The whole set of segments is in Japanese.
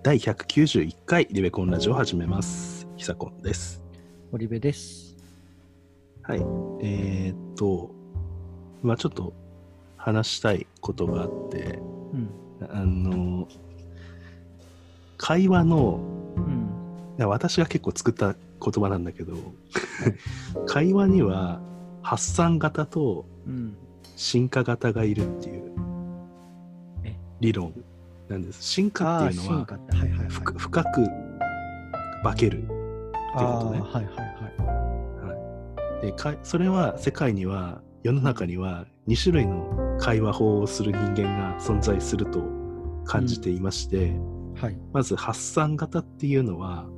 第191回リベコンラジオを始めます。ひさこんです。 堀部です。 はい。まあちょっと話したいことがあって、会話の、私が結構作った言葉なんだけど、会話には発散型と進化型がいるっていう理論なんです。進化っていうのは深く化けるっていうことね。でそれは世界には世の中には2種類の会話法をする人間が存在すると感じていまして、まず発散型っていうのは、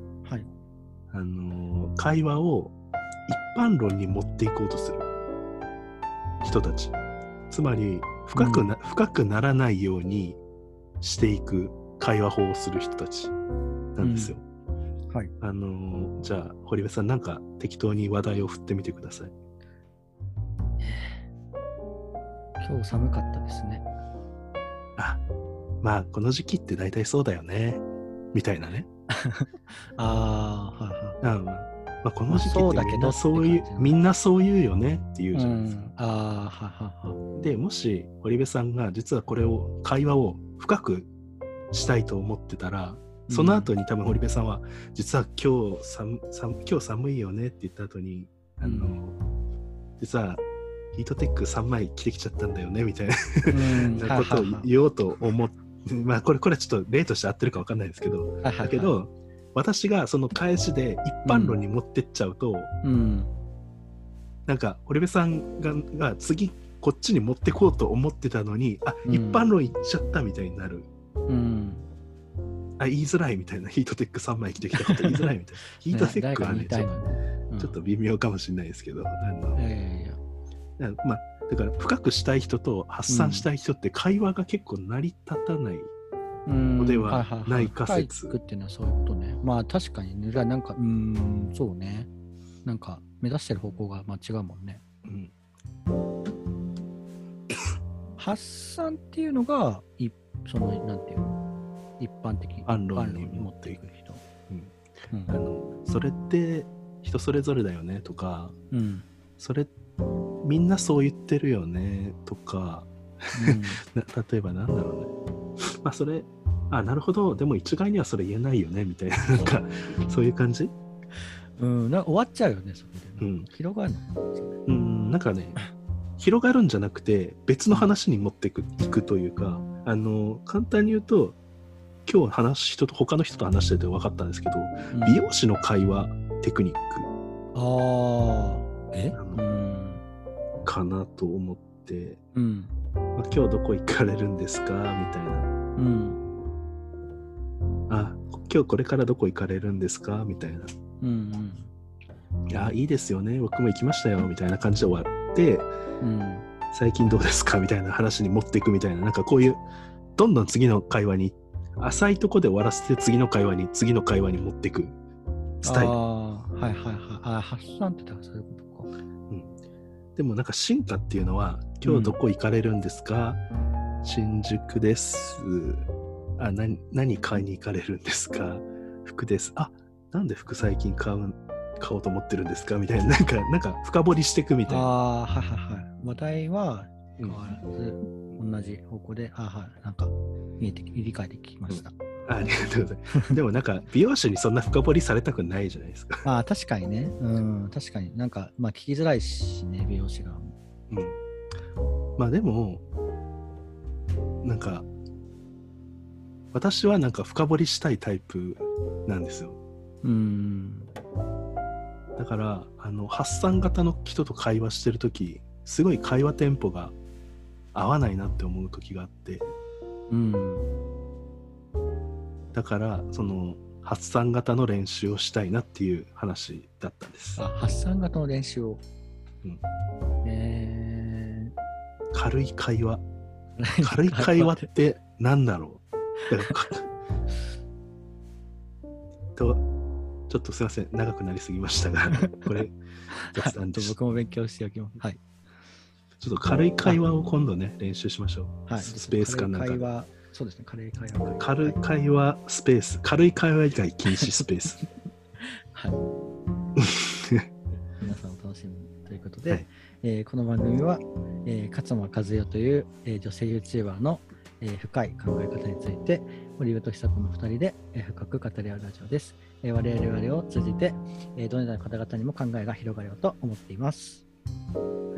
会話を一般論に持っていこうとする人たち、つまり深くならないようにしていく会話法をする人たちなんですよ。じゃあ堀部さん、なんか適当に話題を振ってみてください。 今日寒かったですね。 まあこの時期って大体そうだよねみたいなね。まあこの時期ってみんなそう言うよねって言うじゃないですか。でもし堀部さんが実はこれを会話を深くしたいと思ってたら、その後に多分堀部さんは実は今日寒いよねって言った後に実はヒートテック3枚着てきちゃったんだよねみたいなことを言おうと思って、まあこれはちょっと例として合ってるか分かんないですけど、だけど私がその返しで一般論に持ってっちゃうと、なんか堀部さんが次こっちに持ってこうと思ってたのに一般論言っちゃったみたいになる。言いづらいみたいな、ヒートテック3枚着てきたこと言いづらいみたいな。ヒートテックはね、ちょっと微妙かもしれないですけど、まあだから深くしたい人と発散したい人って会話が結構成り立たないのではないか説。 深くっていうのはそういうことね。まあ確かにね、なんかそうね。なんか目指してる方向が違うもんね。発散っていうのがそのなんていうの、一般的に論に持っていく人、それって人それぞれだよねとか、それみんなそう言ってるよねとか、例えばなんだろうね、まあそれなるほど、でも一概にはそれ言えないよねみたいな、なんかそういう感じ、 なんか終わっちゃうよねそれで、広がるの、 なんかね広がるんじゃなくて別の話に持っていくというか、簡単に言うと今日他の人と話してて分かったんですけど、美容師の会話テクニックかなと思って、今日どこ行かれるんですかみたいな、今日これからどこ行かれるんですかみたいな、いやいいですよね、僕も行きましたよみたいな感じで終わって、最近どうですかみたいな話に持っていくみたいな、なんかこういうどんどん次の会話に浅いとこで終わらせて次の会話に持っていくスタイル。 発散って言ったらそういうことか。 でもなんか進化っていうのは、今日どこ行かれるんですか、新宿です。何買いに行かれるんですか、服です。なんで服最近買おうと思ってるんですかみたいな、なんか深掘りしていくみたいな。 話題は変わらず、同じ方向で、なんか理解できました。 ありがとうございます。でもなんか美容師にそんな深掘りされたくないじゃないですか。 確かにね。確かになんか聞きづらいしね、美容師が。 まあでもなんか私はなんか深掘りしたいタイプなんですよ。だから発散型の人と会話してるとき、すごい会話テンポが合わないなって思う時があって、だからその発散型の練習をしたいなっていう話だったんです。 発散型の練習を、 軽い会話ってなんだろうと、ちょっとすいません、長くなりすぎましたがこれ雑談でした。 僕も勉強しておきます。 ちょっと軽い会話を今度ね練習しましょう。スペースかなんかで。 そうですね、軽い会話。 軽い会話スペース。軽い会話以外禁止スペース。 はい。皆さんお楽しみにということで、はい、この番組は、勝間和代という、女性 YouTuber の、深い考え方について、堀部と久子の2人で、深く語り合うラジオです。我々を通じて、どのような方々にも考えが広がれようと思っています。 はい、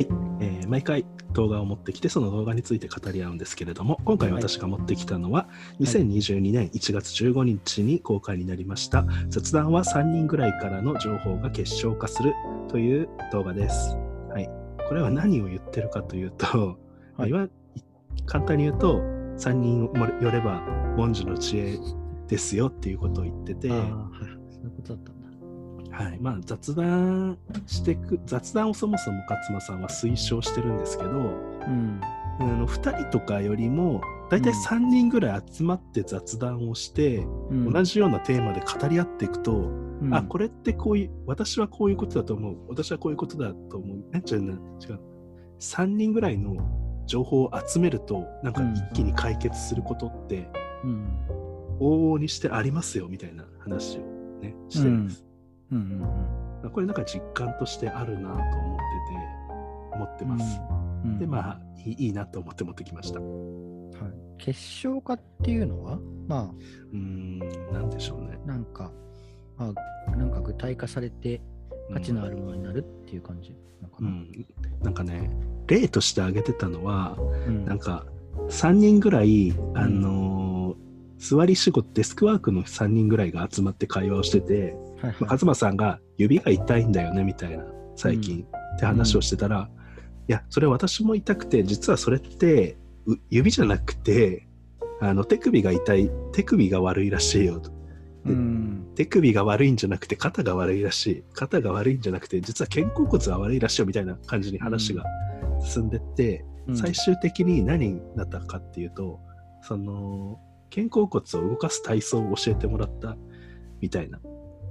毎回動画を持ってきてその動画について語り合うんですけれども、今回私が持ってきたのは、2022年1月15日に公開になりました、雑談は3人ぐらいからの情報が結晶化するという動画です。はい、これは何を言ってるかというと、はい、簡単に言うと3人よれば文殊の知恵ですよっていうことを言ってて、 そういうことだったんだ。 はい、まあ雑談をそもそも勝間さんは推奨してるんですけど、2人とかよりもだいたい3人ぐらい集まって雑談をして、同じようなテーマで語り合っていくと、あ、これってこういう、私はこういうことだと思う、私はこういうことだと思う、違う、3人ぐらいの情報を集めるとなんか一気に解決することって往々にしてありますよみたいな話をねしてるんです。これなんか実感としてあるなと思ってます。で、まあいいなと思って持ってきました。はい、 結晶化っていうのはまあなんでしょうね。 なんか具体化されて価値のあるものになるっていう感じなのかな。 なんかね、例として挙げてたのは、なんか3人ぐらい座り仕事デスクワークの3人ぐらいが集まって会話をしてて、勝間さんが指が痛いんだよねみたいな最近って話をしてたら、いやそれ私も痛くて、実はそれって指じゃなくて手首が痛い、手首が悪いらしいよと。手首が悪いんじゃなくて肩が悪いらしい、肩が悪いんじゃなくて実は肩甲骨が悪いらしいよみたいな感じに話が進んでって、最終的に何になったかっていうと、その肩甲骨を動かす体操を教えてもらったみたいな。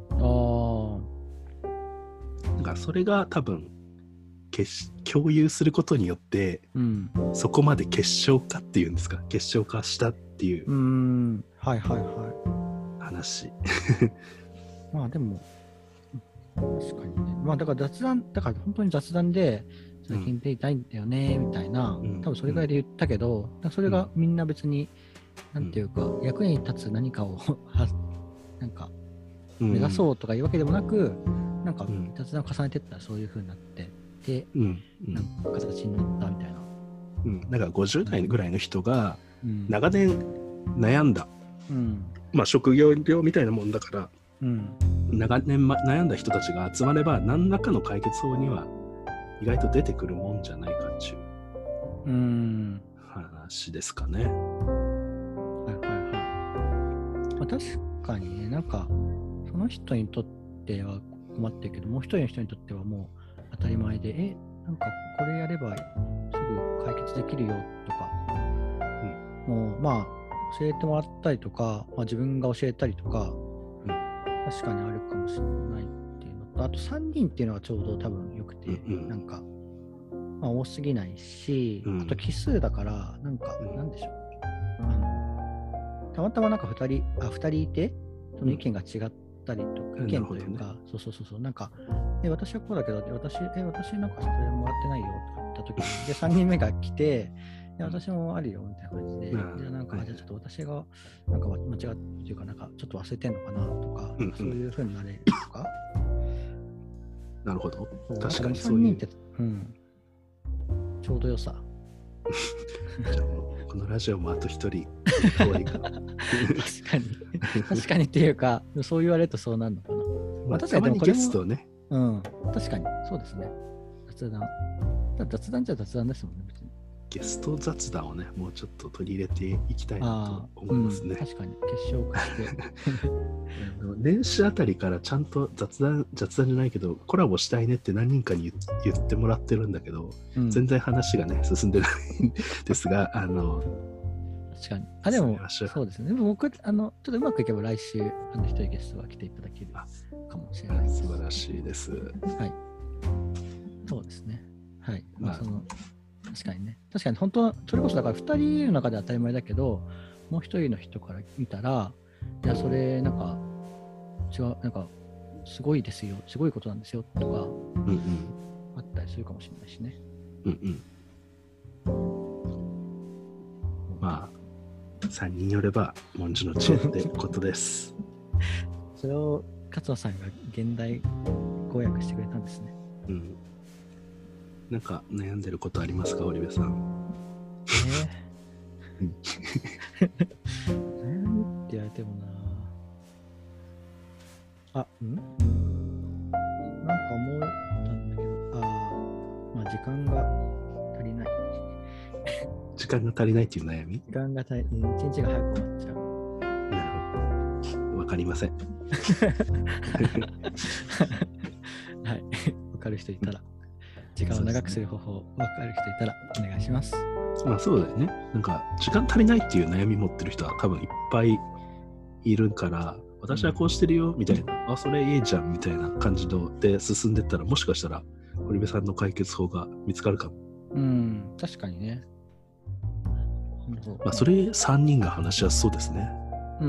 なんかそれが多分共有することによって、そこまで結晶化っていうんですか、結晶化したっていう話。 まあでも確かにね、まあだから本当に雑談で最近手痛いんだよねみたいな、多分それぐらいで言ったけど、それがみんな別になんていうか、役に立つ何かをなんか目指そうとかいうわけでもなく、なんか雑談を重ねていったらそういう風になってで、なんか形になったみたいな。 なんか50代ぐらいの人が長年悩んだ、まあ職業病みたいなもんだから、長年悩んだ人たちが集まれば何らかの解決法には意外と出てくるもんじゃないかっていう話ですかね。 まあ、確かにね、なんかその人にとっては困ってるけど、もう一人の人にとってはもう当たり前で、なんかこれやればすぐ解決できるよとか、もうまあ教えてもらったりとか、まあ、自分が教えたりとか、確かにあるかもしれないっていうのと、あと3人っていうのがちょうど多分よくて、なんか、まあ、多すぎないし、あと奇数だからなんか、なんでしょう、たまたまなんか2人いて、その意見が違ったりとか、意見というか、そうなんか、私はこうだけど、私なんかそれもらってないよとか言った時に、で3人目が来て、私もあるよみたいな感じで、じゃあなんか、じゃあちょっと私がなんか間違っていうか、なんかちょっと忘れてんのかなとか、そういう風になれるとか。 なるほど。確かにそういう。3人って、ちょうどよさ。 じゃあこのラジオもあと一人確かにっていうか、そう言われるとそうなるのかな。 まあ、確かにゲストね。 確かにそうですね。雑談じゃ雑談ですもんね、別に。 ゲスト雑談をね、もうちょっと取り入れていきたいなと思いますね。 確かに結晶化して年始あたりからちゃんと雑談じゃないけどコラボしたいねって何人かに言ってもらってるんだけど、全然話がね進んでないんですが、 確かに。でもそうですね。でも僕ちょっとうまくいけば来週一人ゲストが来ていただけるかもしれないです。 素晴らしいです。はい。 そうですね。はい。まあ確かにね。確かに本当はそれこそだから2人の中で当たり前だけど、 もう一人の人から見たら、いや、それなんか違う、なんかすごいですよ、すごいことなんですよとか、あったりするかもしれないしね。 まあ3人によれば文字の知恵ってことです。 それを勝野さんが現代語訳してくれたんですね。 なんか悩んでることありますか、織部さん？ 悩みって言われてもな。なんか思ったんだけど、まあ時間が足りない。 時間が足りないっていう悩み？ 時間が足りない。一日が早く終わっちゃう。 なるほど。わかりません。 はい。わかる人いたら、時間を長くする方法、わかる人いたらお願いします。 まあそうだよね。なんか時間足りないっていう悩み持ってる人は多分いっぱいいるから、私はこうしてるよみたいな、それいいじゃんみたいな感じで進んでったら、もしかしたら堀部さんの解決法が見つかるかも。 確かにね。 まあそれ3人が話しやすそうですね。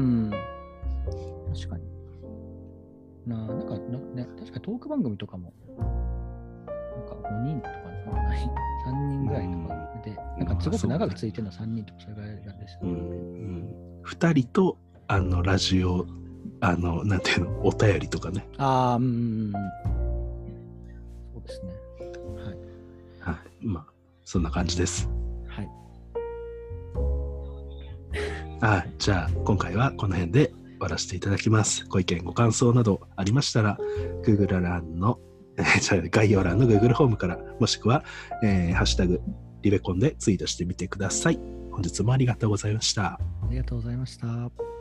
確かに。なんかね、確かトーク番組とかもなんか5人とかない3人ぐらいとかで、なんかすごく長くついてるのは3人とかそれぐらいなんですよ。 2人とラジオなんていうの、お便りとかね。 そうですね。 はい。まあそんな感じです。 はい。 じゃあ今回はこの辺で終わらせていただきます。ご意見ご感想などありましたら Google 欄の概要欄の Google ホームから、もしくは、ハッシュタグリベコンでツイートしてみてください。本日もありがとうございました。 ありがとうございました。